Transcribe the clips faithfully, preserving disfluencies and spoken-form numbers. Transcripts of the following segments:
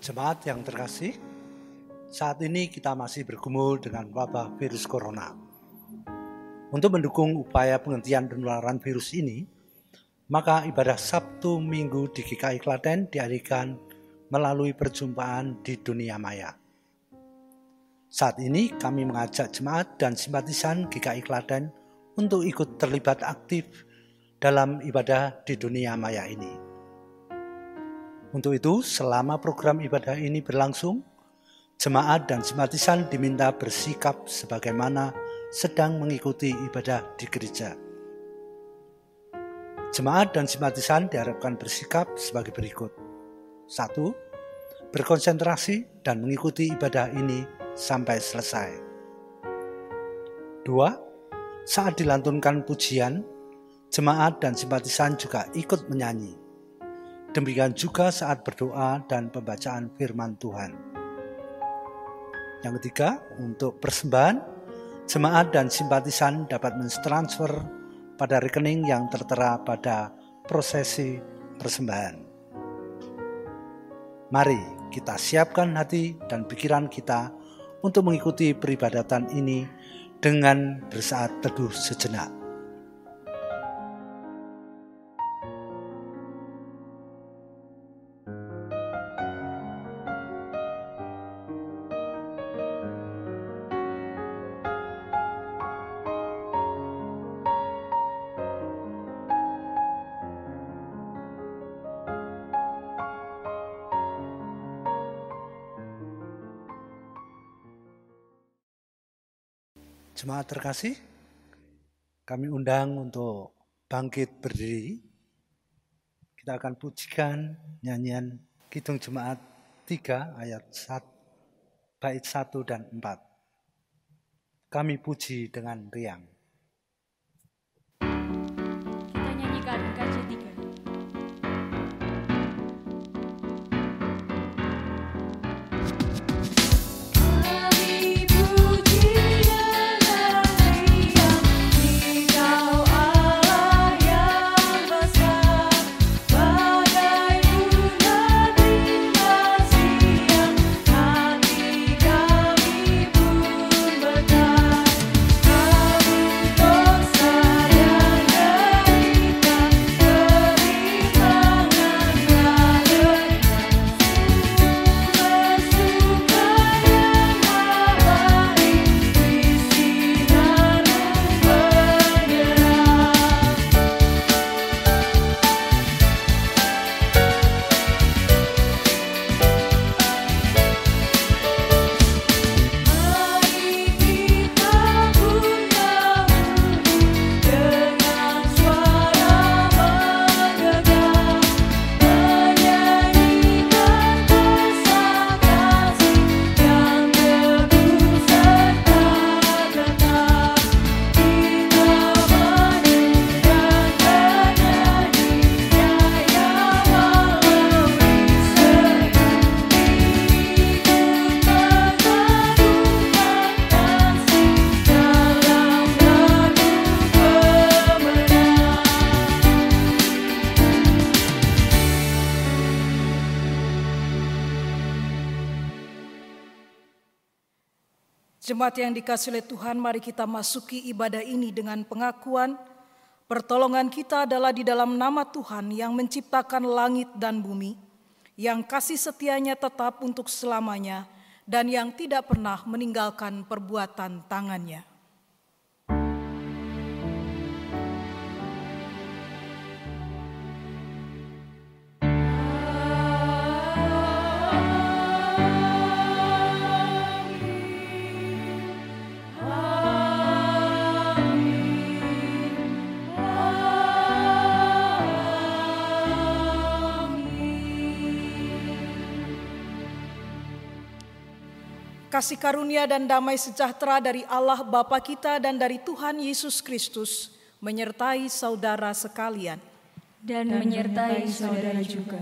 Jemaat yang terkasih, saat ini kita masih bergumul dengan wabah virus corona. Untuk mendukung upaya penghentian penularan virus ini, maka ibadah Sabtu Minggu di G K I Klaten dialihkan melalui perjumpaan di dunia maya. Saat ini kami mengajak jemaat dan simpatisan G K I Klaten untuk ikut terlibat aktif dalam ibadah di dunia maya ini. Untuk itu, selama program ibadah ini berlangsung, jemaat dan simpatisan diminta bersikap sebagaimana sedang mengikuti ibadah di gereja. Jemaat dan simpatisan diharapkan bersikap sebagai berikut. Satu, berkonsentrasi dan mengikuti ibadah ini sampai selesai. Dua, saat dilantunkan pujian, jemaat dan simpatisan juga ikut menyanyi. Demikian juga saat berdoa dan pembacaan firman Tuhan. Yang ketiga, untuk persembahan, jemaat dan simpatisan dapat mentransfer pada rekening yang tertera pada prosesi persembahan. Mari kita siapkan hati dan pikiran kita untuk mengikuti peribadatan ini dengan bersaat teduh sejenak. Jemaat terkasih, kami undang untuk bangkit berdiri. Kita akan pujikan nyanyian Kidung Jemaat tiga ayat satu, bait satu dan empat. Kami puji dengan riang. Kita nyanyikan K J tiga. Jemaat yang dikasihi oleh Tuhan, mari kita masuki ibadah ini dengan pengakuan pertolongan kita adalah di dalam nama Tuhan yang menciptakan langit dan bumi, yang kasih setianya tetap untuk selamanya, dan yang tidak pernah meninggalkan perbuatan tangannya. Kasih karunia dan damai sejahtera dari Allah Bapa kita dan dari Tuhan Yesus Kristus menyertai saudara sekalian. Dan, dan menyertai saudara juga.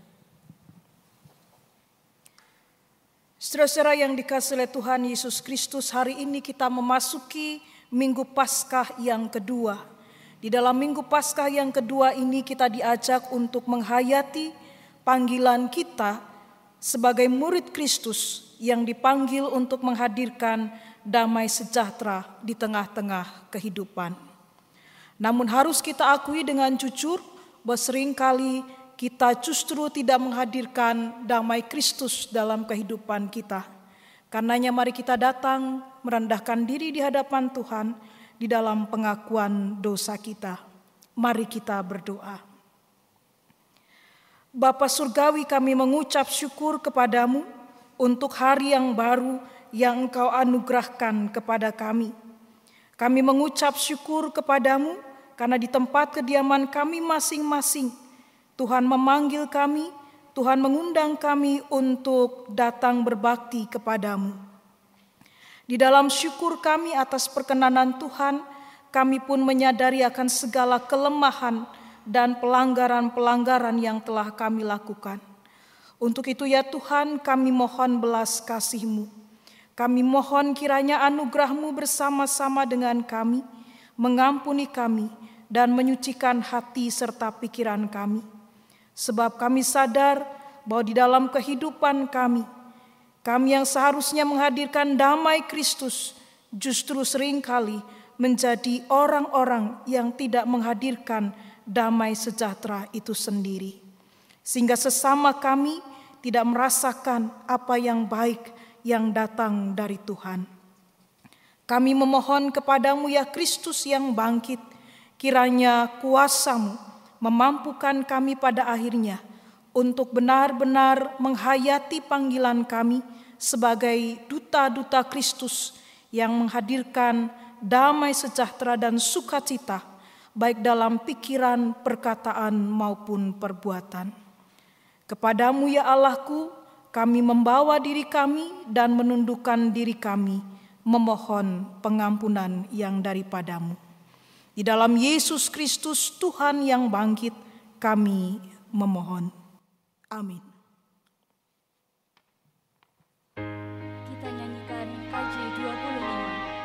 Saudara-saudara yang dikasihi oleh Tuhan Yesus Kristus, hari ini kita memasuki Minggu Paskah yang kedua. Di dalam Minggu Paskah yang kedua ini kita diajak untuk menghayati panggilan kita sebagai murid Kristus yang dipanggil untuk menghadirkan damai sejahtera di tengah-tengah kehidupan. Namun harus kita akui dengan jujur bahwa seringkali kita justru tidak menghadirkan damai Kristus dalam kehidupan kita. Karenanya mari kita datang merendahkan diri di hadapan Tuhan di dalam pengakuan dosa kita. Mari kita berdoa. Bapa Surgawi, kami mengucap syukur kepadamu untuk hari yang baru yang Engkau anugerahkan kepada kami. Kami mengucap syukur kepadamu karena di tempat kediaman kami masing-masing, Tuhan memanggil kami, Tuhan mengundang kami untuk datang berbakti kepadamu. Di dalam syukur kami atas perkenanan Tuhan, kami pun menyadari akan segala kelemahan dan pelanggaran-pelanggaran yang telah kami lakukan. Untuk itu ya Tuhan, kami mohon belas kasih-Mu. Kami mohon kiranya anugerah-Mu bersama-sama dengan kami, mengampuni kami dan menyucikan hati serta pikiran kami. Sebab kami sadar bahwa di dalam kehidupan kami, kami yang seharusnya menghadirkan damai Kristus, justru seringkali menjadi orang-orang yang tidak menghadirkan damai sejahtera itu sendiri. Sehingga sesama kami tidak merasakan apa yang baik yang datang dari Tuhan. Kami memohon kepadamu ya Kristus yang bangkit, kiranya kuasa-Mu memampukan kami pada akhirnya untuk benar-benar menghayati panggilan kami sebagai duta-duta Kristus yang menghadirkan damai sejahtera dan sukacita baik dalam pikiran, perkataan maupun perbuatan. Kepadamu ya Allahku, kami membawa diri kami dan menundukkan diri kami, memohon pengampunan yang daripadamu. Di dalam Yesus Kristus Tuhan yang bangkit, kami memohon. Amin. Kita nyanyikan K J dua puluh lima.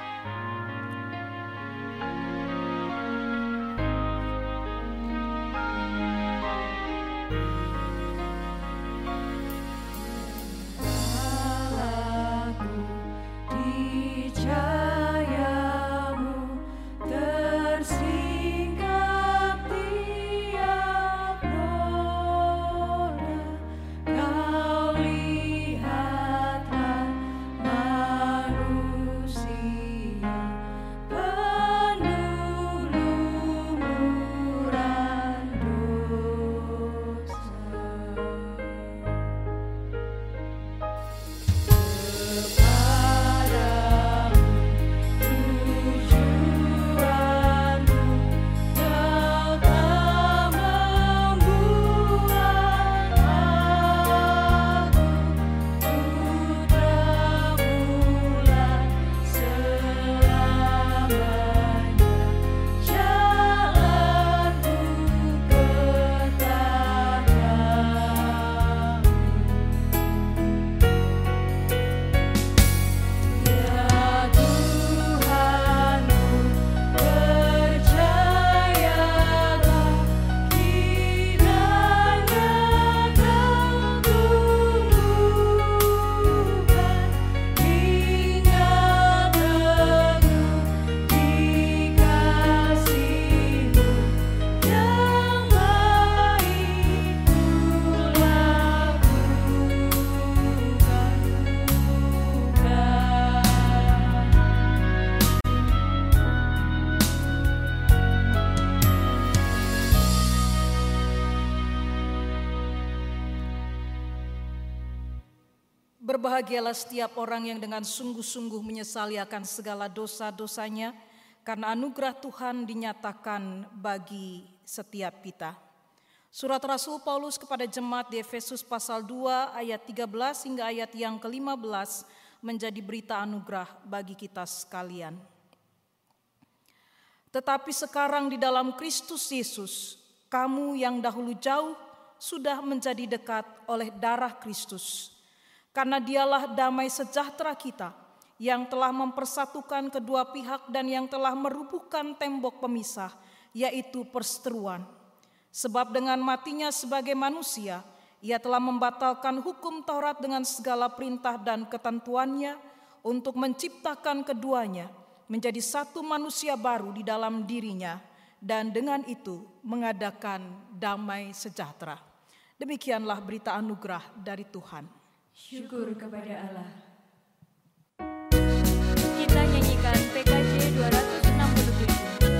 Berbahagialah setiap orang yang dengan sungguh-sungguh menyesali akan segala dosa-dosanya, karena anugerah Tuhan dinyatakan bagi setiap kita. Surat Rasul Paulus kepada jemaat di Efesus pasal dua ayat tiga belas hingga ayat yang kelima belas menjadi berita anugerah bagi kita sekalian. Tetapi sekarang di dalam Kristus Yesus, kamu yang dahulu jauh sudah menjadi dekat oleh darah Kristus. Karena dialah damai sejahtera kita yang telah mempersatukan kedua pihak dan yang telah merubuhkan tembok pemisah, yaitu perseteruan. Sebab dengan matinya sebagai manusia, Ia telah membatalkan hukum Taurat dengan segala perintah dan ketentuannya untuk menciptakan keduanya menjadi satu manusia baru di dalam dirinya dan dengan itu mengadakan damai sejahtera. Demikianlah berita anugerah dari Tuhan. Syukur kepada Allah. Kita nyanyikan P K J dua ratus enam puluh tujuh.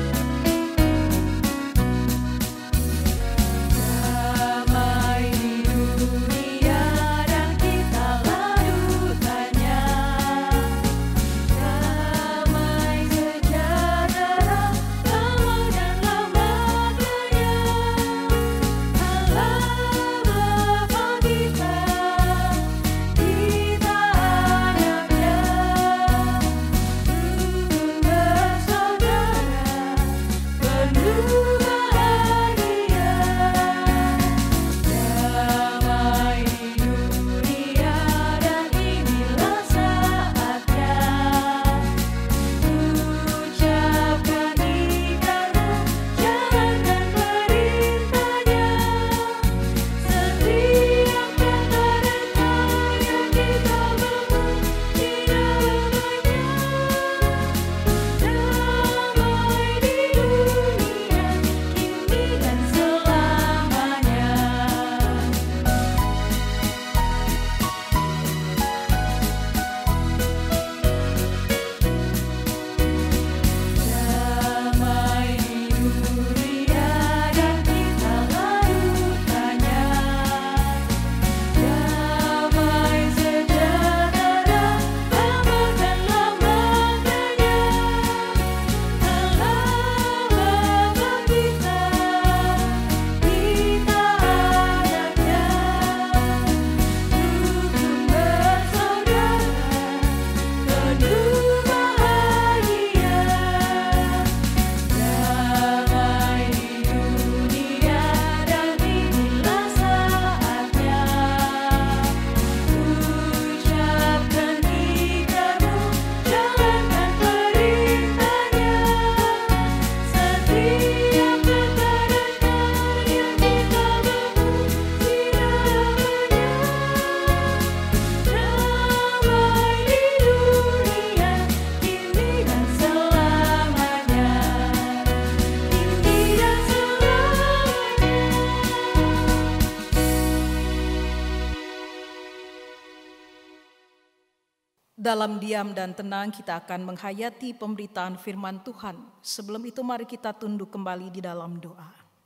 Dalam diam dan tenang kita akan menghayati pemberitaan firman Tuhan. Sebelum itu mari kita tunduk kembali di dalam doa.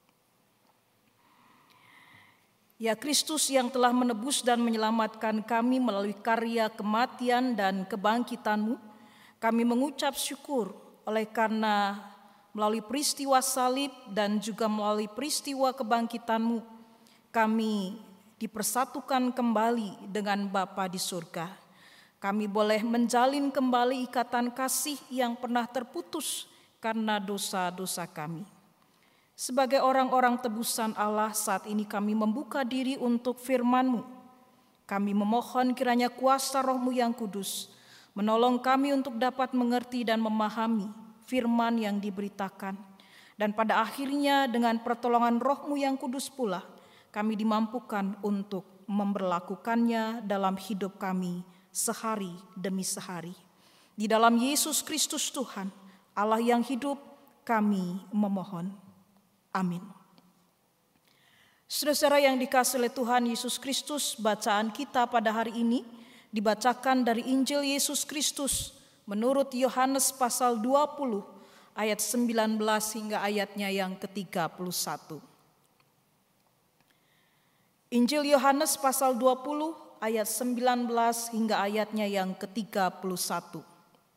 Ya Kristus yang telah menebus dan menyelamatkan kami melalui karya kematian dan kebangkitan-Mu, kami mengucap syukur oleh karena melalui peristiwa salib dan juga melalui peristiwa kebangkitan-Mu, kami dipersatukan kembali dengan Bapa di surga. Kami boleh menjalin kembali ikatan kasih yang pernah terputus karena dosa-dosa kami. Sebagai orang-orang tebusan Allah, saat ini kami membuka diri untuk firman-Mu. Kami memohon kiranya kuasa Roh-Mu yang kudus menolong kami untuk dapat mengerti dan memahami firman yang diberitakan. Dan pada akhirnya dengan pertolongan Roh-Mu yang kudus pula, kami dimampukan untuk memberlakukannya dalam hidup kami sehari demi sehari. Di dalam Yesus Kristus Tuhan, Allah yang hidup, kami memohon. Amin. Saudara-saudara yang dikasihi oleh Tuhan Yesus Kristus, bacaan kita pada hari ini dibacakan dari Injil Yesus Kristus menurut Yohanes pasal dua puluh ayat sembilan belas hingga ayatnya yang ke tiga puluh satu. Injil Yohanes pasal dua puluh ayat sembilan belas hingga ayatnya yang ke tiga puluh satu.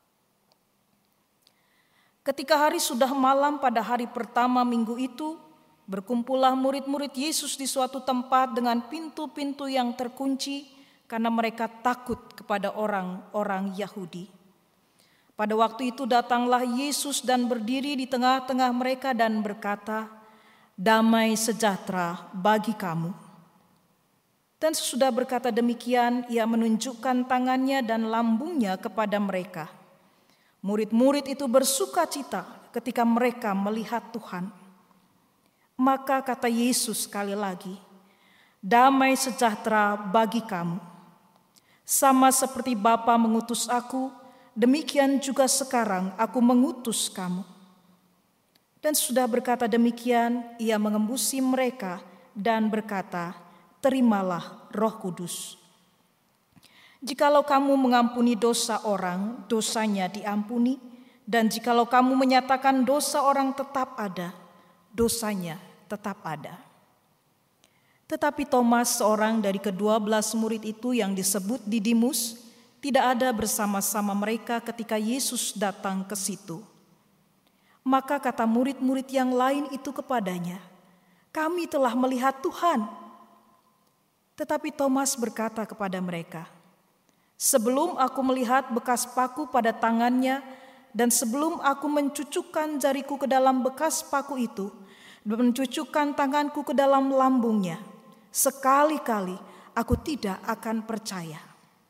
Ketika hari sudah malam pada hari pertama minggu itu, berkumpullah murid-murid Yesus di suatu tempat dengan pintu-pintu yang terkunci karena mereka takut kepada orang-orang Yahudi. Pada waktu itu datanglah Yesus dan berdiri di tengah-tengah mereka dan berkata, "Damai sejahtera bagi kamu." Dan sesudah berkata demikian, ia menunjukkan tangannya dan lambungnya kepada mereka. Murid-murid itu bersuka cita ketika mereka melihat Tuhan. Maka kata Yesus sekali lagi, damai sejahtera bagi kamu. Sama seperti Bapa mengutus aku, demikian juga sekarang aku mengutus kamu. Dan sudah berkata demikian, ia mengembusi mereka dan berkata, terimalah Roh Kudus. Jikalau kamu mengampuni dosa orang, dosanya diampuni, dan jikalau kamu menyatakan dosa orang tetap ada, dosanya tetap ada. Tetapi Thomas, seorang dari kedua belas murid itu yang disebut Didimus, tidak ada bersama-sama mereka ketika Yesus datang ke situ. Maka kata murid-murid yang lain itu kepadanya, kami telah melihat Tuhan. Tetapi Thomas berkata kepada mereka, sebelum aku melihat bekas paku pada tangannya, dan sebelum aku mencucukkan jariku ke dalam bekas paku itu, dan mencucukkan tanganku ke dalam lambungnya, sekali-kali aku tidak akan percaya.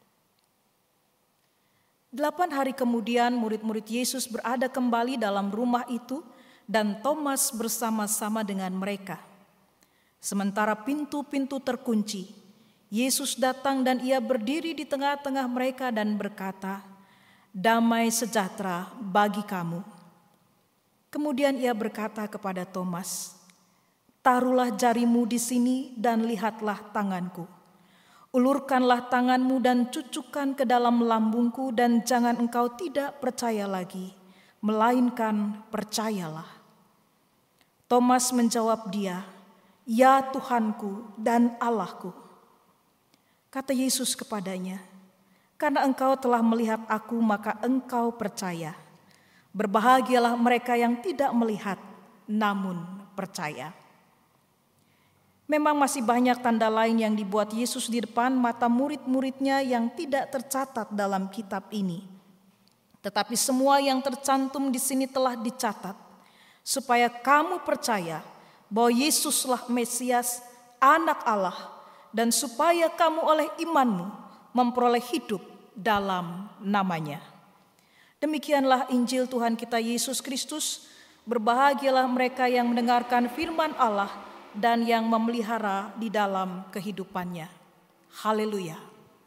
Delapan hari kemudian murid-murid Yesus berada kembali dalam rumah itu, dan Thomas bersama-sama dengan mereka. Sementara pintu-pintu terkunci, Yesus datang dan ia berdiri di tengah-tengah mereka dan berkata, damai sejahtera bagi kamu. Kemudian ia berkata kepada Thomas, taruhlah jarimu di sini dan lihatlah tanganku. Ulurkanlah tanganmu dan cucukkan ke dalam lambungku, dan jangan engkau tidak percaya lagi, melainkan percayalah. Thomas menjawab dia, ya Tuhanku dan Allahku. Kata Yesus kepadanya, karena engkau telah melihat aku, maka engkau percaya. Berbahagialah mereka yang tidak melihat, namun percaya. Memang masih banyak tanda lain yang dibuat Yesus di depan mata murid-muridnya yang tidak tercatat dalam kitab ini. Tetapi semua yang tercantum di sini telah dicatat, supaya kamu percaya bahwa Yesuslah Mesias, Anak Allah, dan supaya kamu oleh imanmu memperoleh hidup dalam namanya. Demikianlah Injil Tuhan kita Yesus Kristus. Berbahagialah mereka yang mendengarkan firman Allah dan yang memelihara di dalam kehidupannya. Haleluya.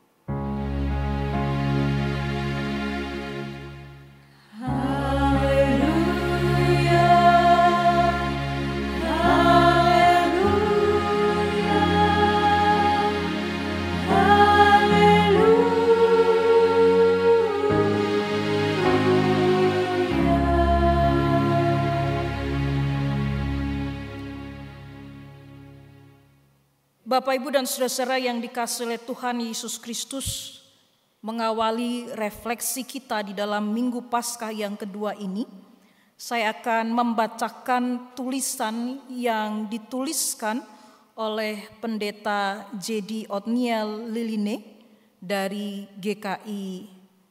Bapak, Ibu, dan saudara-saudara yang dikasihi oleh Tuhan Yesus Kristus, mengawali refleksi kita di dalam Minggu Paskah yang kedua ini, saya akan membacakan tulisan yang dituliskan oleh Pendeta J D Othniel Liline dari G K I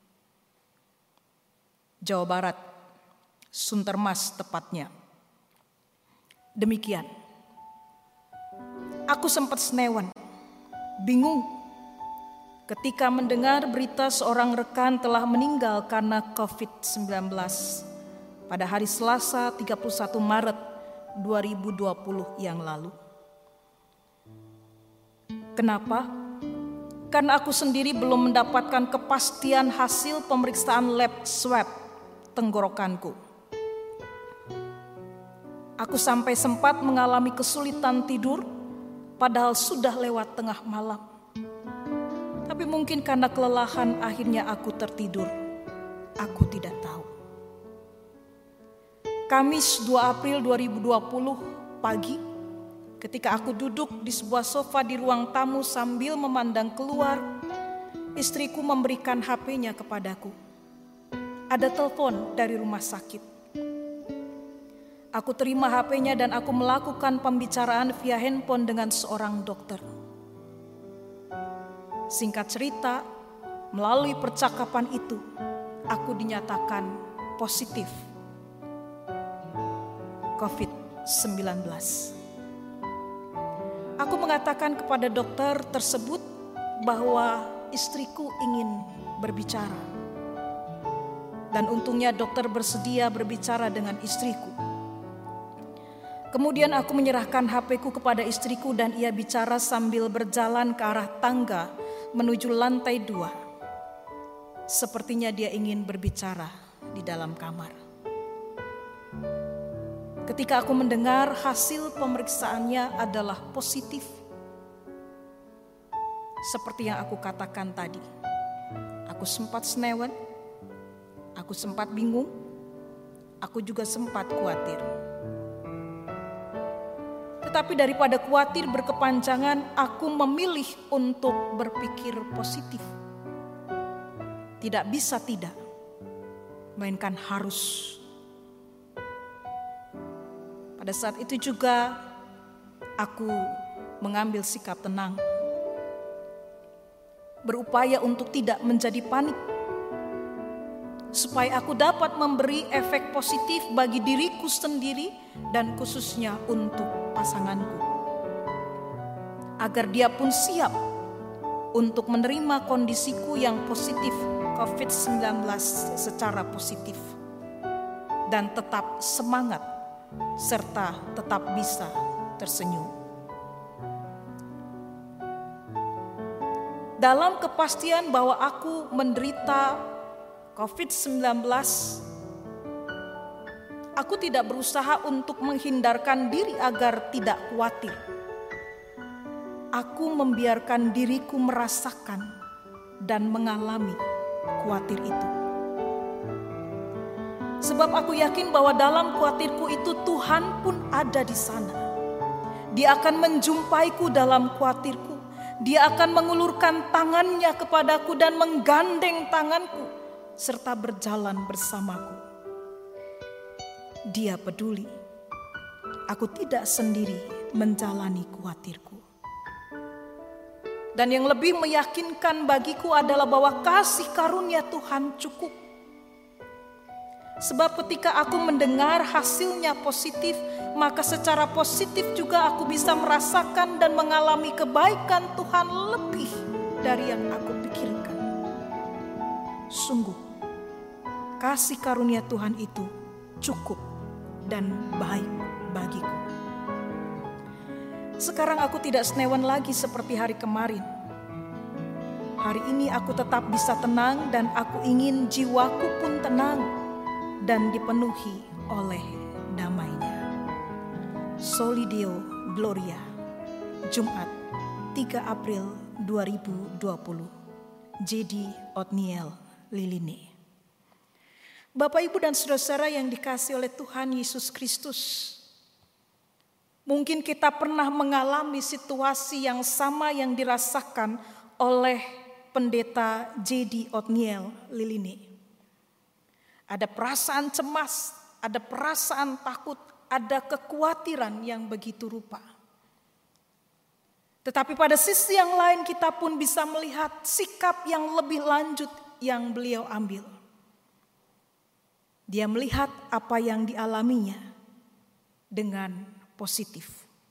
Jawa Barat, Suntermas tepatnya. Demikian. Aku sempat senewan, bingung ketika mendengar berita seorang rekan telah meninggal karena covid sembilan belas pada hari Selasa tiga puluh satu Maret dua ribu dua puluh yang lalu. Kenapa? Karena aku sendiri belum mendapatkan kepastian hasil pemeriksaan lab swab tenggorokanku. Aku sampai sempat mengalami kesulitan tidur, padahal sudah lewat tengah malam. Tapi mungkin karena kelelahan akhirnya aku tertidur. Aku tidak tahu. Kamis dua April dua ribu dua puluh pagi, ketika aku duduk di sebuah sofa di ruang tamu sambil memandang keluar, istriku memberikan H P-nya kepadaku. Ada telepon dari rumah sakit. Aku terima H P-nya dan aku melakukan pembicaraan via handphone dengan seorang dokter. Singkat cerita, melalui percakapan itu, aku dinyatakan positif covid sembilan belas. Aku mengatakan kepada dokter tersebut bahwa istriku ingin berbicara. Dan untungnya dokter bersedia berbicara dengan istriku. Kemudian aku menyerahkan H P-ku kepada istriku dan ia bicara sambil berjalan ke arah tangga menuju lantai dua. Sepertinya dia ingin berbicara di dalam kamar. Ketika aku mendengar hasil pemeriksaannya adalah positif. Seperti yang aku katakan tadi. Aku sempat senewan, aku sempat bingung, aku juga sempat khawatir. Tetapi daripada khawatir berkepanjangan, aku memilih untuk berpikir positif. Tidak bisa tidak, melainkan harus. Pada saat itu juga aku mengambil sikap tenang. Berupaya untuk tidak menjadi panik. Supaya aku dapat memberi efek positif bagi diriku sendiri dan khususnya untuk pasanganku. Agar dia pun siap untuk menerima kondisiku yang positif covid sembilan belas secara positif. Dan tetap semangat serta tetap bisa tersenyum. Dalam kepastian bahwa aku menderita covid sembilan belas, aku tidak berusaha untuk menghindarkan diri agar tidak khawatir. Aku membiarkan diriku merasakan dan mengalami khawatir itu. Sebab aku yakin bahwa dalam khawatirku itu Tuhan pun ada di sana. Dia akan menjumpaiku dalam khawatirku. Dia akan mengulurkan tangannya kepadaku dan menggandeng tanganku serta berjalan bersamaku. Dia peduli. Aku tidak sendiri menjalani khawatirku. Dan yang lebih meyakinkan bagiku adalah bahwa kasih karunia Tuhan cukup. Sebab ketika aku mendengar hasilnya positif, maka secara positif juga aku bisa merasakan dan mengalami kebaikan Tuhan lebih dari yang aku pikirkan. Sungguh, kasih karunia Tuhan itu cukup dan baik bagiku. Sekarang aku tidak senewan lagi seperti hari kemarin. Hari ini aku tetap bisa tenang dan aku ingin jiwaku pun tenang dan dipenuhi oleh damai-Nya. Soli Deo Gloria, Jumat tiga April dua ribu dua puluh, J D Othniel Liline. Bapak, Ibu, dan saudara-saudara yang dikasihi oleh Tuhan Yesus Kristus, mungkin kita pernah mengalami situasi yang sama yang dirasakan oleh pendeta J D Othniel Liline. Ada perasaan cemas, ada perasaan takut, ada kekhawatiran yang begitu rupa. Tetapi pada sisi yang lain kita pun bisa melihat sikap yang lebih lanjut yang beliau ambil. Dia melihat apa yang dialaminya dengan positif.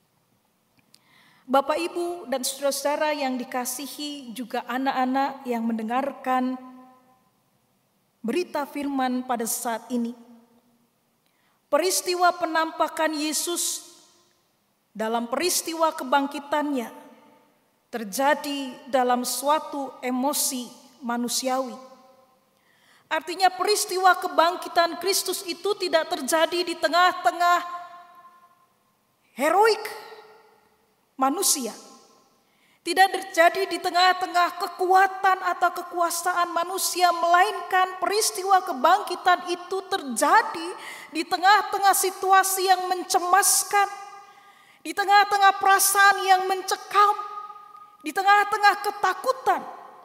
Bapak, Ibu, dan saudara-saudara yang dikasihi, juga anak-anak yang mendengarkan berita firman pada saat ini. Peristiwa penampakan Yesus dalam peristiwa kebangkitannya terjadi dalam suatu emosi manusiawi. Artinya peristiwa kebangkitan Kristus itu tidak terjadi di tengah-tengah heroik manusia. Tidak terjadi di tengah-tengah kekuatan atau kekuasaan manusia, melainkan peristiwa kebangkitan itu terjadi di tengah-tengah situasi yang mencemaskan, di tengah-tengah perasaan yang mencekam, di tengah-tengah ketakutan.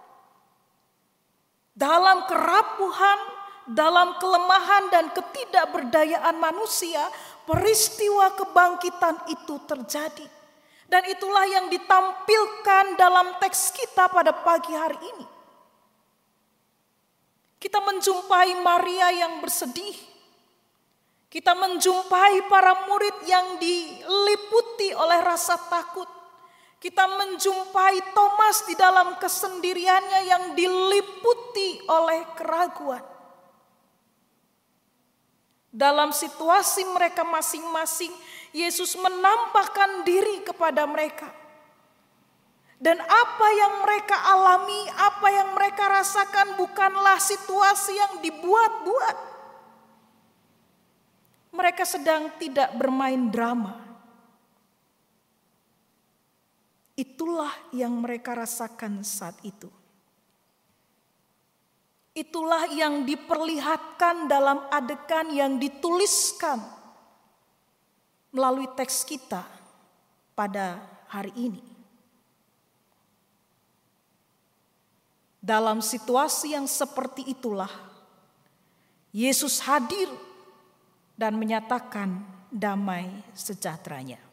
Dalam kerapuhan, dalam kelemahan dan ketidakberdayaan manusia, peristiwa kebangkitan itu terjadi. Dan itulah yang ditampilkan dalam teks kita pada pagi hari ini. Kita menjumpai Maria yang bersedih. Kita menjumpai para murid yang diliputi oleh rasa takut. Kita menjumpai Thomas di dalam kesendiriannya yang diliputi oleh keraguan. Dalam situasi mereka masing-masing, Yesus menampakkan diri kepada mereka. Dan apa yang mereka alami, apa yang mereka rasakan bukanlah situasi yang dibuat-buat. Mereka sedang tidak bermain drama. Itulah yang mereka rasakan saat itu. Itulah yang diperlihatkan dalam adegan yang dituliskan melalui teks kita pada hari ini. Dalam situasi yang seperti itulah Yesus hadir dan menyatakan damai sejahteranya.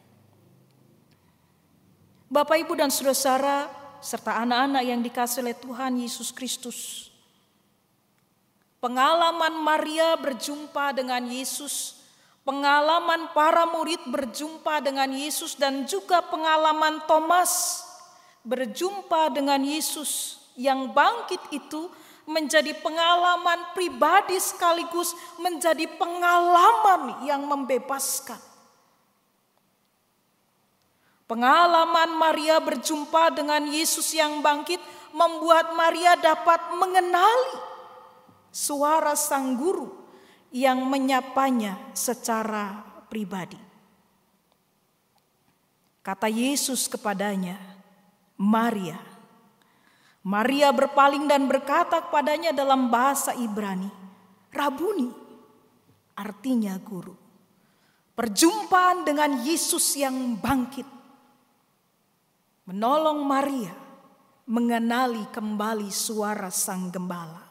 Bapak, Ibu, dan saudara-saudara serta anak-anak yang dikasihi oleh Tuhan Yesus Kristus, pengalaman Maria berjumpa dengan Yesus, pengalaman para murid berjumpa dengan Yesus, dan juga pengalaman Thomas berjumpa dengan Yesus yang bangkit itu menjadi pengalaman pribadi sekaligus menjadi pengalaman yang membebaskan. Pengalaman Maria berjumpa dengan Yesus yang bangkit membuat Maria dapat mengenali suara sang guru yang menyapanya secara pribadi. Kata Yesus kepadanya, "Maria." Maria berpaling dan berkata kepadanya dalam bahasa Ibrani, "Rabuni," artinya guru. Perjumpaan dengan Yesus yang bangkit menolong Maria mengenali kembali suara sang gembala.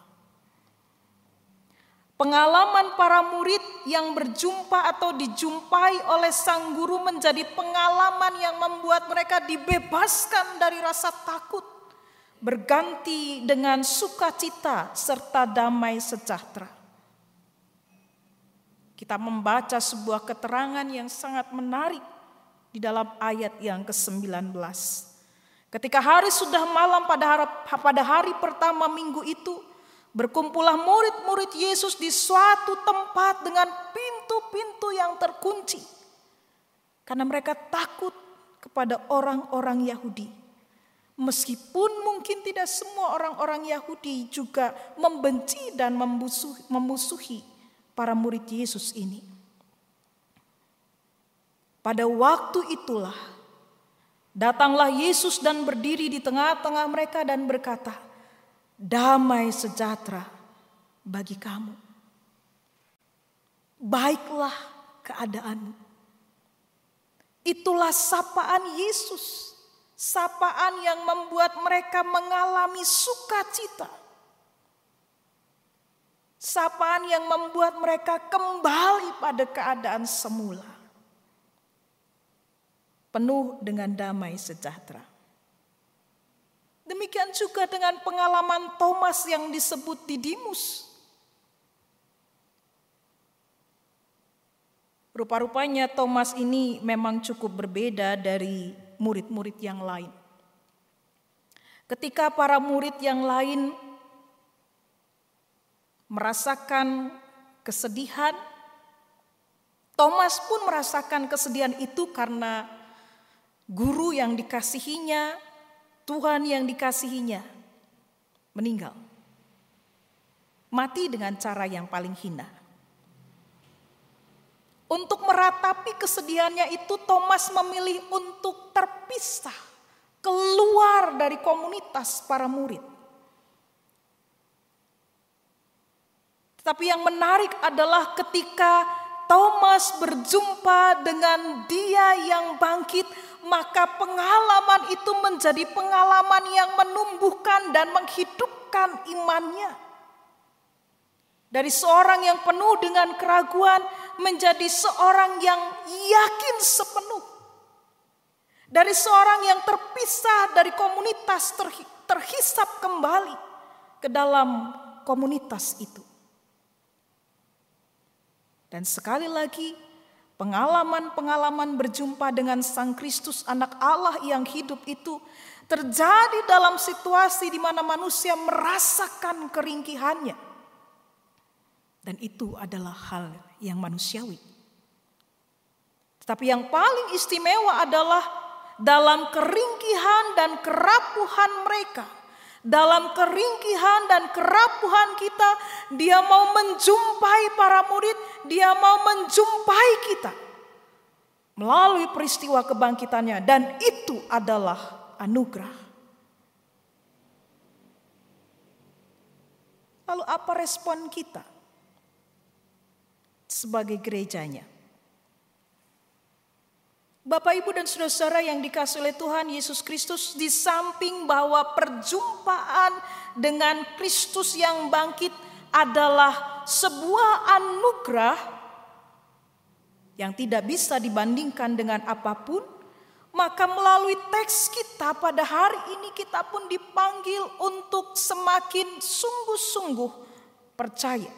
Pengalaman para murid yang berjumpa atau dijumpai oleh sang guru menjadi pengalaman yang membuat mereka dibebaskan dari rasa takut, berganti dengan sukacita serta damai sejahtera. Kita membaca sebuah keterangan yang sangat menarik di dalam ayat yang kesembilan belas. Ketika hari sudah malam pada hari, pada hari pertama minggu itu, berkumpullah murid-murid Yesus di suatu tempat dengan pintu-pintu yang terkunci. Karena mereka takut kepada orang-orang Yahudi. Meskipun mungkin tidak semua orang-orang Yahudi juga membenci dan memusuhi, memusuhi para murid Yesus ini. Pada waktu itulah datanglah Yesus dan berdiri di tengah-tengah mereka dan berkata, "Damai sejahtera bagi kamu. Baiklah keadaanmu." Itulah sapaan Yesus. Sapaan yang membuat mereka mengalami sukacita. Sapaan yang membuat mereka kembali pada keadaan semula. Penuh dengan damai sejahtera. Demikian juga dengan pengalaman Thomas yang disebut Didimus. Rupa-rupanya Thomas ini memang cukup berbeda dari murid-murid yang lain. Ketika para murid yang lain merasakan kesedihan, Thomas pun merasakan kesedihan itu karena guru yang dikasihinya, Tuhan yang dikasihinya, meninggal. Mati dengan cara yang paling hina. Untuk meratapi kesedihannya itu, Thomas memilih untuk terpisah, keluar dari komunitas para murid. Tetapi yang menarik adalah ketika Thomas berjumpa dengan Dia yang bangkit, maka pengalaman itu menjadi pengalaman yang menumbuhkan dan menghidupkan imannya. Dari seorang yang penuh dengan keraguan menjadi seorang yang yakin sepenuh. Dari seorang yang terpisah dari komunitas terhisap kembali ke dalam komunitas itu. Dan sekali lagi pengalaman-pengalaman berjumpa dengan Sang Kristus Anak Allah yang hidup itu terjadi dalam situasi di mana manusia merasakan keringkihannya. Dan itu adalah hal yang manusiawi. Tetapi yang paling istimewa adalah dalam keringkihan dan kerapuhan mereka, dalam keringkihan dan kerapuhan kita, dia mau menjumpai para murid, dia mau menjumpai kita melalui peristiwa kebangkitannya, dan itu adalah anugerah. Lalu apa respon kita sebagai gerejanya? Bapak, Ibu, dan saudara-saudara yang dikasihi oleh Tuhan Yesus Kristus, di samping bahwa perjumpaan dengan Kristus yang bangkit adalah sebuah anugerah yang tidak bisa dibandingkan dengan apapun, maka melalui teks kita pada hari ini kita pun dipanggil untuk semakin sungguh-sungguh percaya.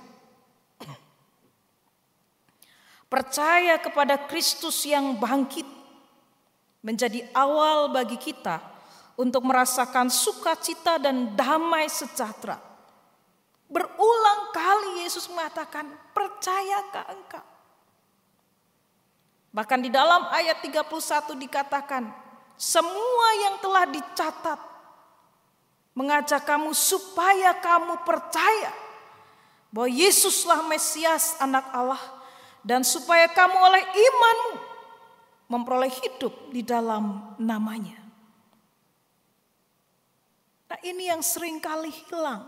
Percaya kepada Kristus yang bangkit menjadi awal bagi kita untuk merasakan sukacita dan damai sejahtera. Berulang kali Yesus mengatakan, percayakah engkau? Bahkan di dalam ayat tiga puluh satu dikatakan, semua yang telah dicatat mengajak kamu supaya kamu percaya bahwa Yesuslah Mesias Anak Allah, dan supaya kamu oleh imanmu memperoleh hidup di dalam namanya. Nah, ini yang seringkali hilang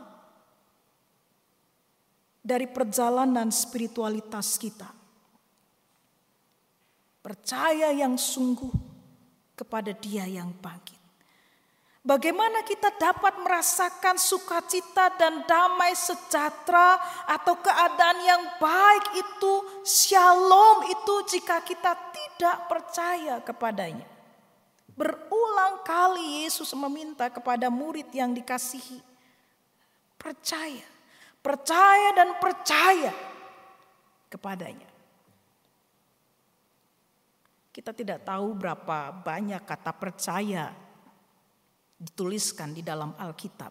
dari perjalanan spiritualitas kita. Percaya yang sungguh kepada Dia yang bangkit. Bagaimana kita dapat merasakan sukacita dan damai sejahtera atau keadaan yang baik itu, shalom itu, jika kita tidak percaya kepadanya? Berulang kali Yesus meminta kepada murid yang dikasihi, percaya, percaya dan percaya kepadanya. Kita tidak tahu berapa banyak kata percaya dituliskan di dalam Alkitab.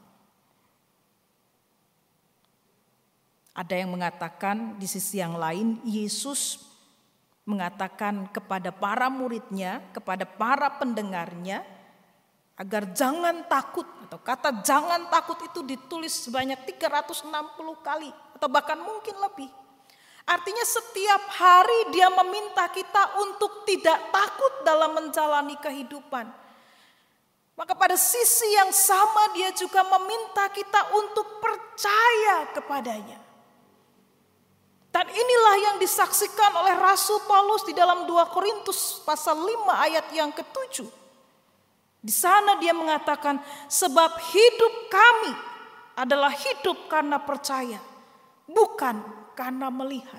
Ada yang mengatakan di sisi yang lain, Yesus mengatakan kepada para muridnya, kepada para pendengarnya, agar jangan takut, atau kata jangan takut itu ditulis sebanyak tiga ratus enam puluh kali atau bahkan mungkin lebih. Artinya setiap hari Dia meminta kita untuk tidak takut dalam menjalani kehidupan. Maka pada sisi yang sama Dia juga meminta kita untuk percaya kepadanya. Dan inilah yang disaksikan oleh Rasul Paulus di dalam dua Korintus pasal lima ayat yang ketujuh. Di sana dia mengatakan, sebab hidup kami adalah hidup karena percaya, bukan karena melihat.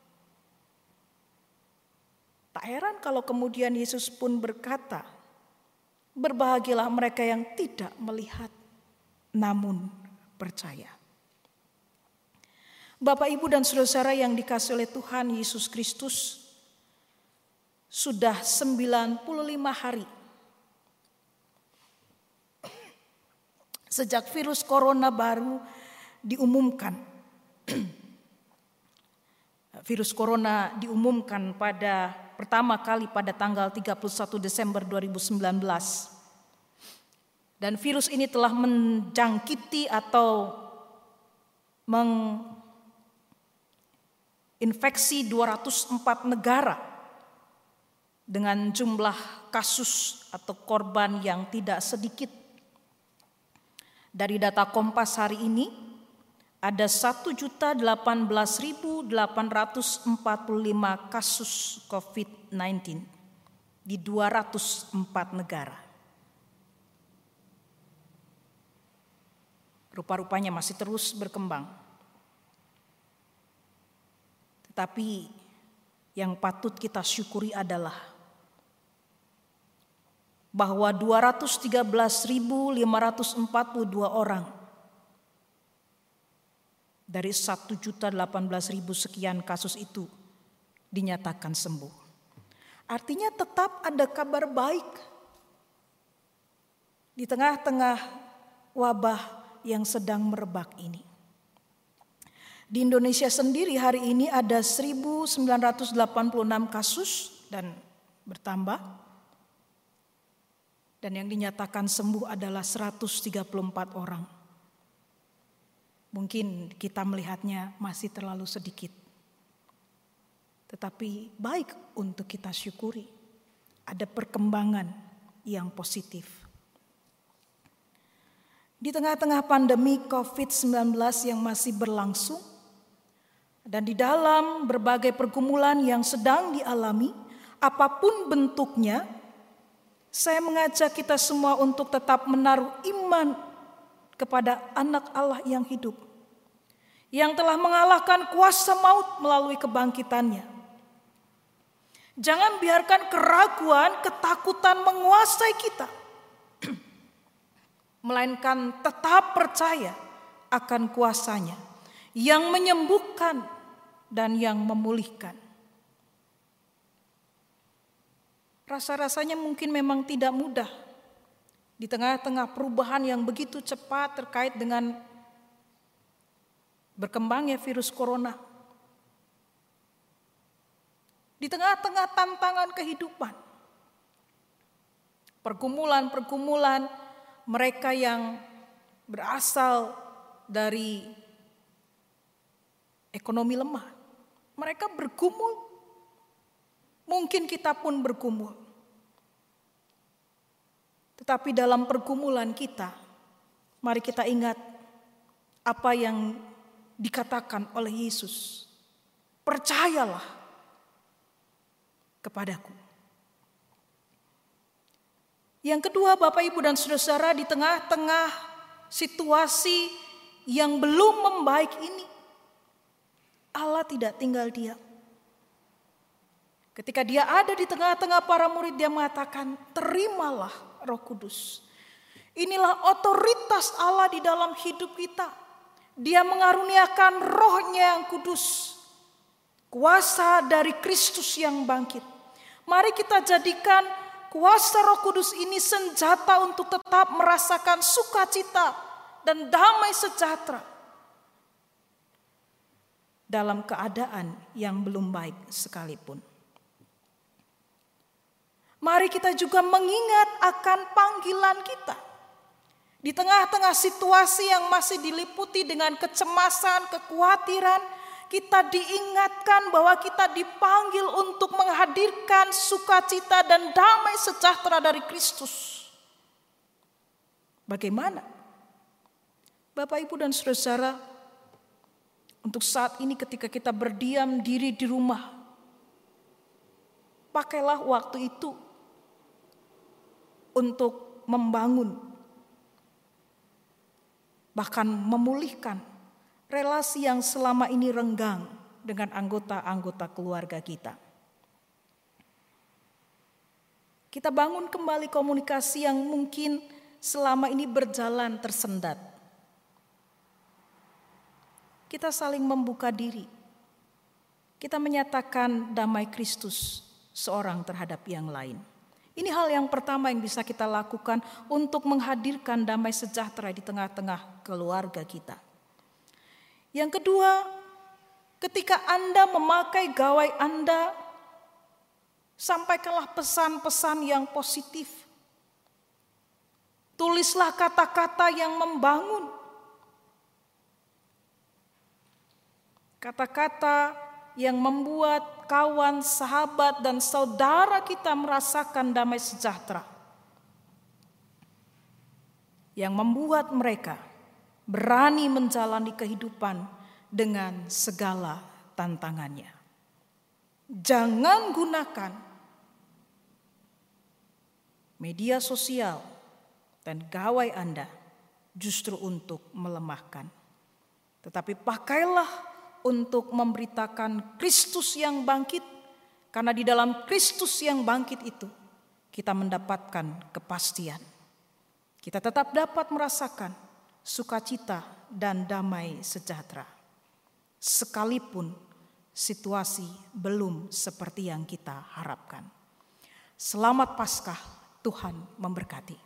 Tak heran kalau kemudian Yesus pun berkata, berbahagialah mereka yang tidak melihat, namun percaya. Bapak, Ibu, dan saudara-saudara yang dikasihi oleh Tuhan Yesus Kristus, sudah sembilan puluh lima hari sejak virus corona baru diumumkan. Virus corona diumumkan pada pertama kali pada tanggal tiga puluh satu Desember dua ribu sembilan belas. Dan virus ini telah menjangkiti atau menginfeksi dua ratus empat negara dengan jumlah kasus atau korban yang tidak sedikit. Dari data Kompas hari ini, ada satu juta delapan belas ribu delapan ratus empat puluh lima kasus covid sembilan belas di dua ratus empat negara. Rupa-rupanya masih terus berkembang. Tetapi yang patut kita syukuri adalah bahwa dua ratus tiga belas ribu lima ratus empat puluh dua orang dari satu juta delapan belas ribu sekian kasus itu dinyatakan sembuh. Artinya tetap ada kabar baik di tengah-tengah wabah yang sedang merebak ini. Di Indonesia sendiri hari ini ada seribu sembilan ratus delapan puluh enam kasus dan bertambah. Dan yang dinyatakan sembuh adalah seratus tiga puluh empat orang. Mungkin kita melihatnya masih terlalu sedikit. Tetapi baik untuk kita syukuri. Ada perkembangan yang positif. Di tengah-tengah pandemi covid sembilan belas yang masih berlangsung, dan di dalam berbagai pergumulan yang sedang dialami, apapun bentuknya, saya mengajak kita semua untuk tetap menaruh iman kepada anak Allah yang hidup, yang telah mengalahkan kuasa maut melalui kebangkitannya. Jangan biarkan keraguan, ketakutan menguasai kita, melainkan tetap percaya akan kuasanya yang menyembuhkan dan yang memulihkan. Rasa-rasanya mungkin memang tidak mudah di tengah-tengah perubahan yang begitu cepat terkait dengan berkembangnya virus corona. Di tengah-tengah tantangan kehidupan, pergumulan-pergumulan mereka yang berasal dari ekonomi lemah, mereka bergumul. Mungkin kita pun bergumul. Tetapi dalam pergumulan kita, mari kita ingat apa yang dikatakan oleh Yesus. Percayalah kepadaku. Yang kedua, Bapak, Ibu, dan Saudara, di tengah-tengah situasi yang belum membaik ini, Allah tidak tinggal diam. Ketika dia ada di tengah-tengah para murid, dia mengatakan, terimalah Roh Kudus. Inilah otoritas Allah di dalam hidup kita. Dia mengaruniakan Roh-Nya yang kudus. Kuasa dari Kristus yang bangkit. Mari kita jadikan kuasa Roh Kudus ini senjata untuk tetap merasakan sukacita dan damai sejahtera dalam keadaan yang belum baik sekalipun. Mari kita juga mengingat akan panggilan kita. Di tengah-tengah situasi yang masih diliputi dengan kecemasan, kekhawatiran, kita diingatkan bahwa kita dipanggil untuk menghadirkan sukacita dan damai sejahtera dari Kristus. Bagaimana? Bapak, Ibu, dan Saudara, untuk saat ini ketika kita berdiam diri di rumah, pakailah waktu itu untuk membangun, bahkan memulihkan relasi yang selama ini renggang dengan anggota-anggota keluarga kita. Kita bangun kembali komunikasi yang mungkin selama ini berjalan tersendat. Kita saling membuka diri. Kita menyatakan damai Kristus seorang terhadap yang lain. Ini hal yang pertama yang bisa kita lakukan untuk menghadirkan damai sejahtera di tengah-tengah keluarga kita. Yang kedua, ketika Anda memakai gawai Anda, sampaikanlah pesan-pesan yang positif. Tulislah kata-kata yang membangun. Kata-kata yang membuat kawan, sahabat, dan saudara kita merasakan damai sejahtera. Yang membuat mereka berani menjalani kehidupan dengan segala tantangannya. Jangan gunakan media sosial dan gawai Anda justru untuk melemahkan. Tetapi pakailah untuk memberitakan Kristus yang bangkit, karena di dalam Kristus yang bangkit itu kita mendapatkan kepastian. Kita tetap dapat merasakan sukacita dan damai sejahtera, sekalipun situasi belum seperti yang kita harapkan. Selamat Paskah, Tuhan memberkati.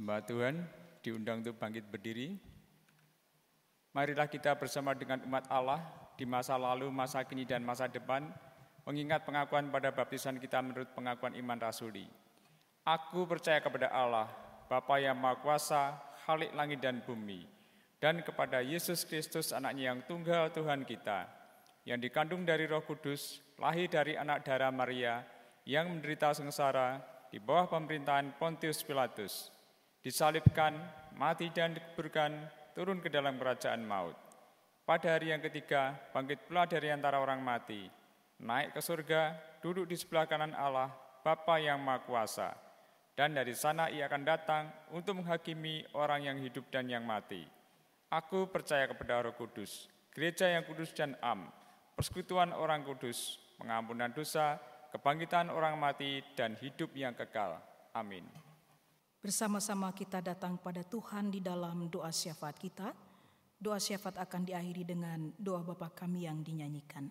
Hamba Tuhan diundang untuk bangkit berdiri. Marilah kita bersama dengan umat Allah di masa lalu, masa kini, dan masa depan mengingat pengakuan pada baptisan kita menurut pengakuan iman rasuli. Aku percaya kepada Allah, Bapa yang Maha Kuasa, Khalik langit dan bumi, dan kepada Yesus Kristus, anaknya yang tunggal Tuhan kita, yang dikandung dari Roh Kudus, lahir dari anak darah Maria, yang menderita sengsara di bawah pemerintahan Pontius Pilatus, disalibkan, mati dan dikuburkan, turun ke dalam kerajaan maut. Pada hari yang ketiga, bangkit pula dari antara orang mati, naik ke surga, duduk di sebelah kanan Allah, Bapa yang Maha Kuasa. Dan dari sana ia akan datang untuk menghakimi orang yang hidup dan yang mati. Aku percaya kepada Roh Kudus, gereja yang kudus dan am, persekutuan orang kudus, pengampunan dosa, kebangkitan orang mati, dan hidup yang kekal. Amin. Bersama-sama kita datang pada Tuhan di dalam doa syafaat kita. Doa syafaat akan diakhiri dengan doa Bapa kami yang dinyanyikan.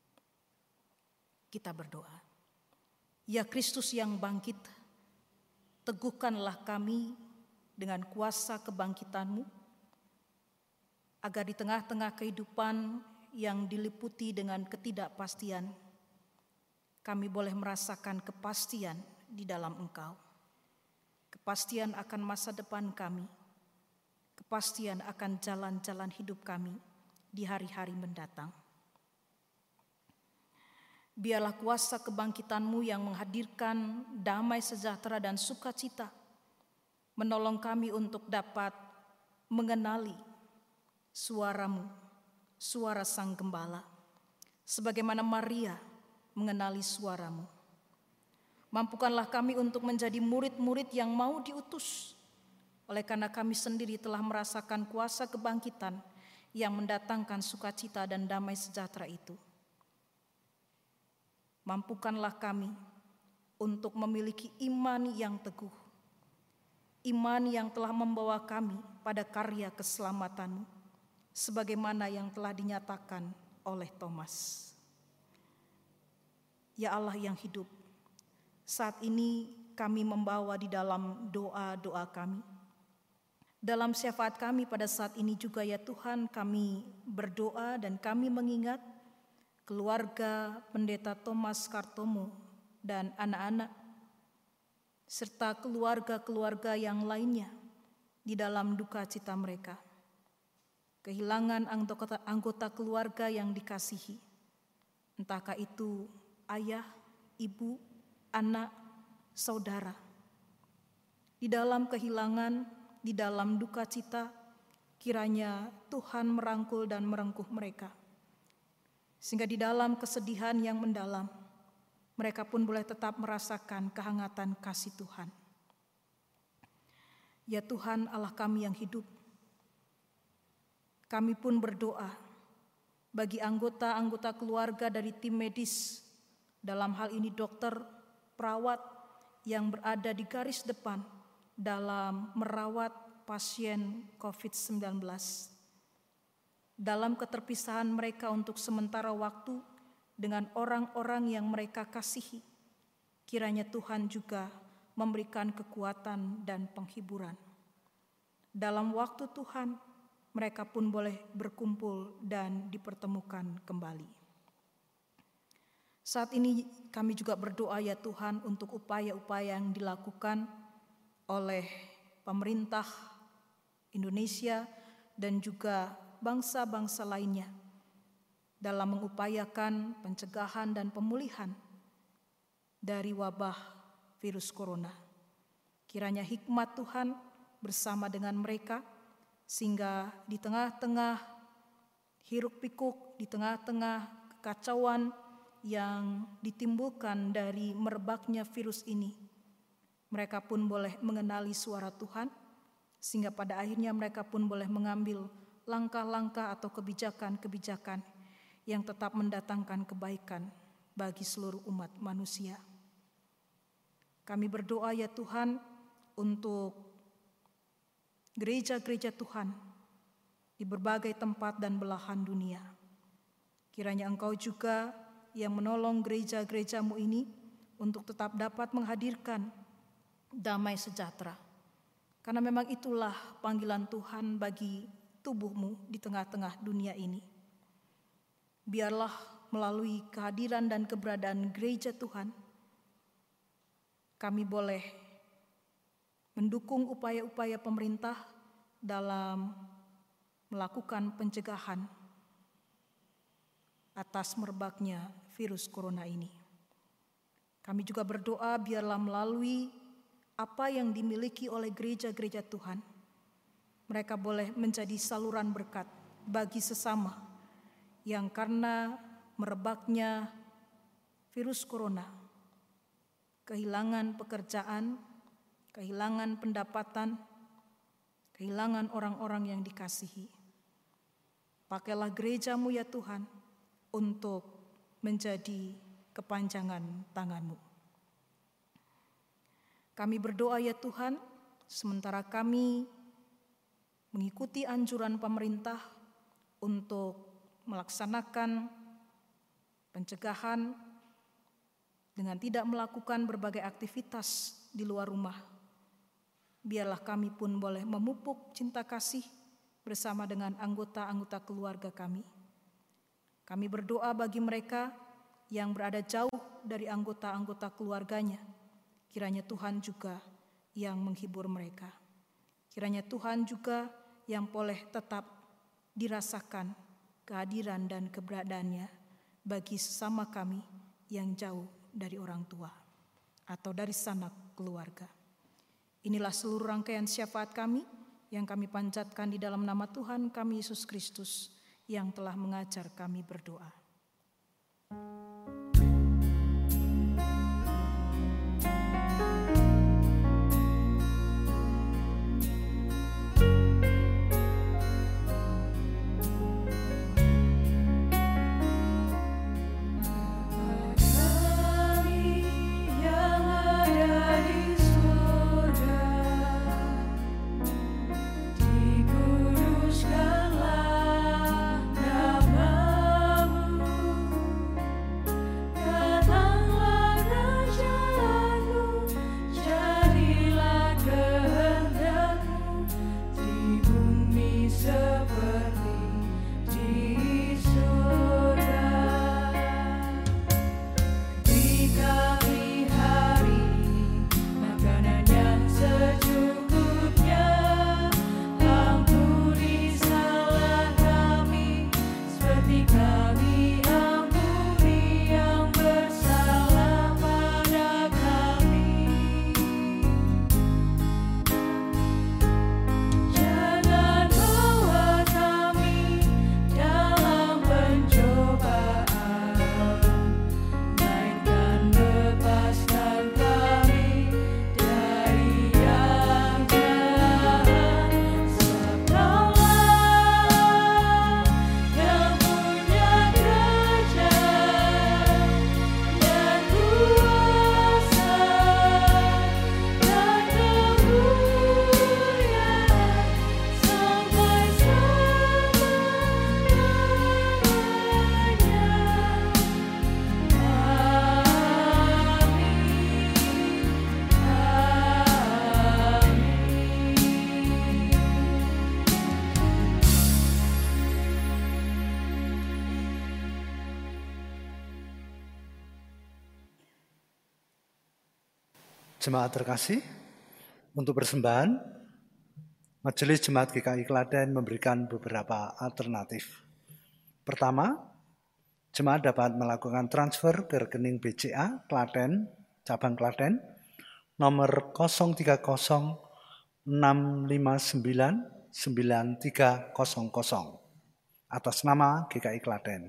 Kita berdoa. Ya Kristus yang bangkit, teguhkanlah kami dengan kuasa kebangkitan-Mu, agar di tengah-tengah kehidupan yang diliputi dengan ketidakpastian, kami boleh merasakan kepastian di dalam Engkau. Kepastian akan masa depan kami, kepastian akan jalan-jalan hidup kami di hari-hari mendatang. Biarlah kuasa kebangkitan-Mu yang menghadirkan damai sejahtera dan sukacita menolong kami untuk dapat mengenali suara-Mu, suara Sang Gembala, sebagaimana Maria mengenali suara-Mu. Mampukanlah kami untuk menjadi murid-murid yang mau diutus, oleh karena kami sendiri telah merasakan kuasa kebangkitan yang mendatangkan sukacita dan damai sejahtera itu. Mampukanlah kami untuk memiliki iman yang teguh, iman yang telah membawa kami pada karya keselamatan-Mu, sebagaimana yang telah dinyatakan oleh Thomas. Ya Allah yang hidup, saat ini kami membawa di dalam doa-doa kami. Dalam syafaat kami pada saat ini juga ya Tuhan, kami berdoa dan kami mengingat keluarga Pendeta Thomas Kartomo dan anak-anak, serta keluarga-keluarga yang lainnya di dalam duka cita mereka. Kehilangan anggota, anggota keluarga yang dikasihi, entahkah itu ayah, ibu, anak, saudara. Di dalam kehilangan, di dalam duka cita, kiranya Tuhan merangkul dan merengkuh mereka. Sehingga di dalam kesedihan yang mendalam, mereka pun boleh tetap merasakan kehangatan kasih Tuhan. Ya Tuhan Allah kami yang hidup, kami pun berdoa bagi anggota-anggota keluarga dari tim medis, dalam hal ini dokter, perawat yang berada di garis depan dalam merawat pasien covid sembilan belas. Dalam keterpisahan mereka untuk sementara waktu dengan orang-orang yang mereka kasihi, kiranya Tuhan juga memberikan kekuatan dan penghiburan. Dalam waktu Tuhan, mereka pun boleh berkumpul dan dipertemukan kembali. Saat ini kami juga berdoa ya Tuhan untuk upaya-upaya yang dilakukan oleh pemerintah Indonesia dan juga bangsa-bangsa lainnya dalam mengupayakan pencegahan dan pemulihan dari wabah virus corona. Kiranya hikmat Tuhan bersama dengan mereka, sehingga di tengah-tengah hiruk-pikuk, di tengah-tengah kekacauan yang ditimbulkan dari merebaknya virus ini, mereka pun boleh mengenali suara Tuhan, sehingga pada akhirnya mereka pun boleh mengambil langkah-langkah atau kebijakan-kebijakan yang tetap mendatangkan kebaikan bagi seluruh umat manusia. Kami berdoa ya Tuhan untuk gereja-gereja Tuhan di berbagai tempat dan belahan dunia. Kiranya Engkau juga yang menolong gereja-gereja-Mu ini untuk tetap dapat menghadirkan damai sejahtera, Karena memang itulah panggilan Tuhan bagi tubuhmu di tengah-tengah dunia ini. Biarlah melalui kehadiran dan keberadaan gereja Tuhan, kami boleh mendukung upaya-upaya pemerintah dalam melakukan pencegahan atas merebaknya virus corona ini. Kami juga berdoa biarlah melalui apa yang dimiliki oleh gereja-gereja Tuhan, mereka boleh menjadi saluran berkat bagi sesama yang karena merebaknya virus corona, kehilangan pekerjaan, kehilangan pendapatan, kehilangan orang-orang yang dikasihi. Pakailah gerejamu ya Tuhan untuk menjadi kepanjangan tangan-Mu. Kami berdoa ya Tuhan, sementara kami mengikuti anjuran pemerintah untuk melaksanakan pencegahan dengan tidak melakukan berbagai aktivitas di luar rumah. Biarlah kami pun boleh memupuk cinta kasih bersama dengan anggota-anggota keluarga kami. Kami berdoa bagi mereka yang berada jauh dari anggota-anggota keluarganya. Kiranya Tuhan juga yang menghibur mereka. Kiranya Tuhan juga yang boleh tetap dirasakan kehadiran dan keberadaannya bagi sesama kami yang jauh dari orang tua atau dari sanak keluarga. Inilah seluruh rangkaian syafaat kami yang kami panjatkan di dalam nama Tuhan kami Yesus Kristus yang telah mengajar kami berdoa. Jemaat terkasih, untuk persembahan, Majelis Jemaat G K I Klaten memberikan beberapa alternatif. Pertama, jemaat dapat melakukan transfer ke rekening B C A Klaten, cabang Klaten, nomor nol tiga nol enam lima sembilan sembilan tiga nol nol atas nama G K I Klaten.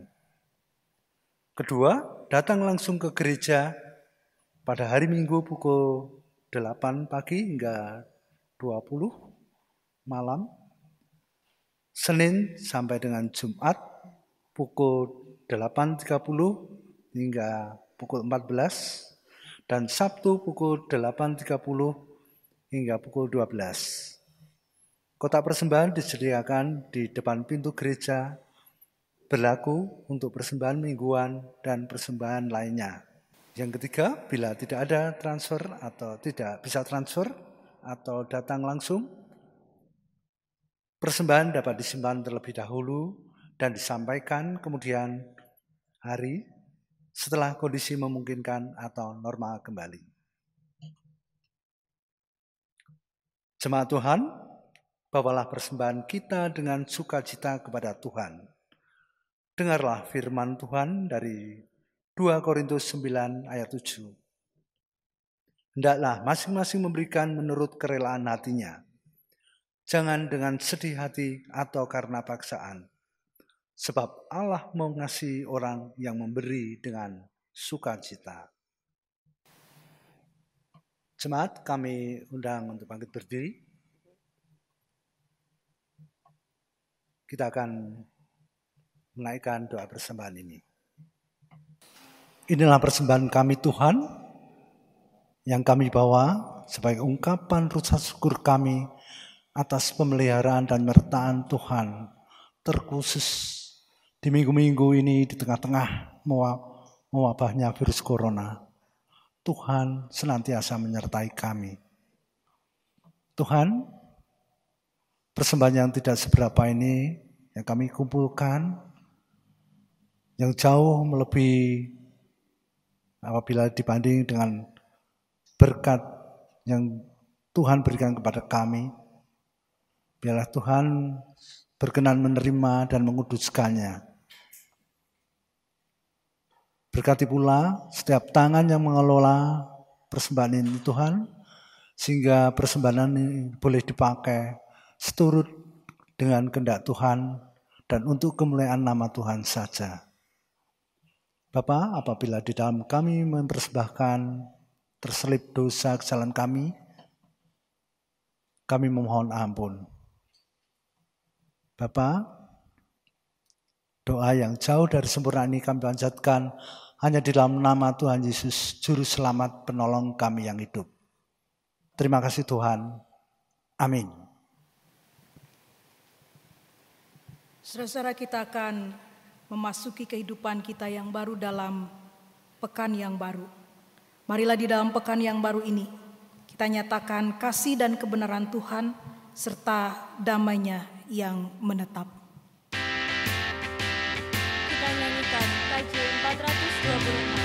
Kedua, datang langsung ke gereja pada hari Minggu pukul delapan pagi hingga dua puluh malam, Senin sampai dengan Jumat pukul delapan tiga puluh hingga pukul empat belas, dan Sabtu pukul delapan tiga puluh hingga pukul dua belas. Kotak persembahan disediakan di depan pintu gereja, berlaku untuk persembahan mingguan dan persembahan lainnya. Yang ketiga, bila tidak ada transfer atau tidak bisa transfer atau datang langsung, persembahan dapat disimpan terlebih dahulu dan disampaikan kemudian hari setelah kondisi memungkinkan atau normal kembali. Jemaat Tuhan, bawalah persembahan kita dengan sukacita kepada Tuhan. Dengarlah firman Tuhan dari dua Korintus sembilan ayat tujuh. Hendaklah masing-masing memberikan menurut kerelaan hatinya. Jangan dengan sedih hati atau karena paksaan. Sebab Allah mengasihi orang yang memberi dengan sukacita. Jemaat, kami undang untuk bangkit berdiri. Kita akan menaikkan doa persembahan ini. Inilah persembahan kami Tuhan, yang kami bawa sebagai ungkapan rasa syukur kami atas pemeliharaan dan menyertaan Tuhan, terkhusus di minggu-minggu ini di tengah-tengah mewabahnya virus corona. Tuhan senantiasa menyertai kami. Tuhan, persembahan yang tidak seberapa ini yang kami kumpulkan, yang jauh melebihi apabila dibanding dengan berkat yang Tuhan berikan kepada kami. Biarlah Tuhan berkenan menerima dan menguduskannya. Berkati pula setiap tangan yang mengelola persembahan ini Tuhan, sehingga persembahan ini boleh dipakai seturut dengan kehendak Tuhan dan untuk kemuliaan nama Tuhan saja. Bapa, apabila di dalam kami mempersembahkan terselip dosa kesalahan kami, kami memohon ampun. Bapa, doa yang jauh dari sempurna ini kami panjatkan hanya di dalam nama Tuhan Yesus, Juru Selamat penolong kami yang hidup. Terima kasih Tuhan. Amin. Saudara-saudara, kita akan memasuki kehidupan kita yang baru dalam pekan yang baru. Marilah di dalam pekan yang baru ini, kita nyatakan kasih dan kebenaran Tuhan serta damai-Nya yang menetap. Kita nyanyikan K J empat ratus dua puluh enam.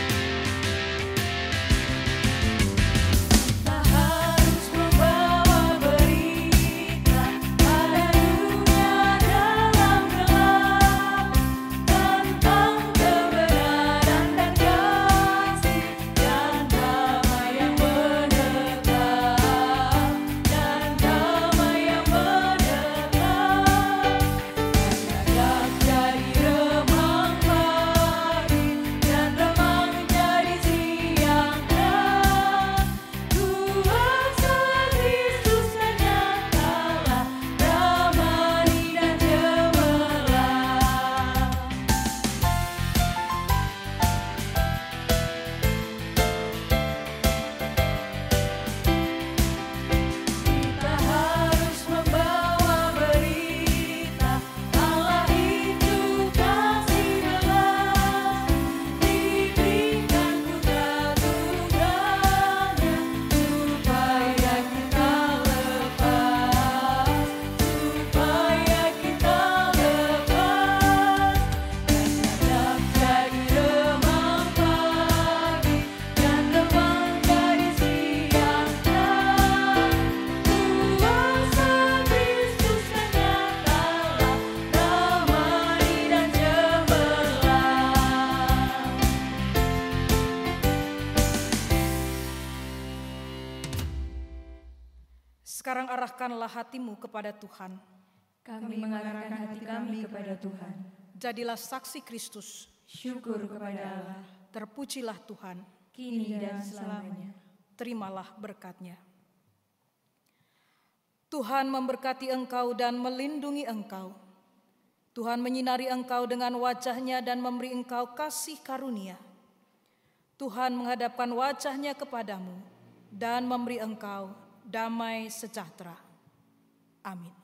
Sekarang arahkanlah hatimu kepada Tuhan. Kami mengarahkan hati kami kepada Tuhan. Jadilah saksi Kristus. Syukur kepada Allah. Terpujilah Tuhan. Kini dan selamanya. Terimalah berkat-Nya. Tuhan memberkati engkau dan melindungi engkau. Tuhan menyinari engkau dengan wajah-Nya dan memberi engkau kasih karunia. Tuhan menghadapkan wajah-Nya kepadamu dan memberi engkau damai sejahtera. Amin.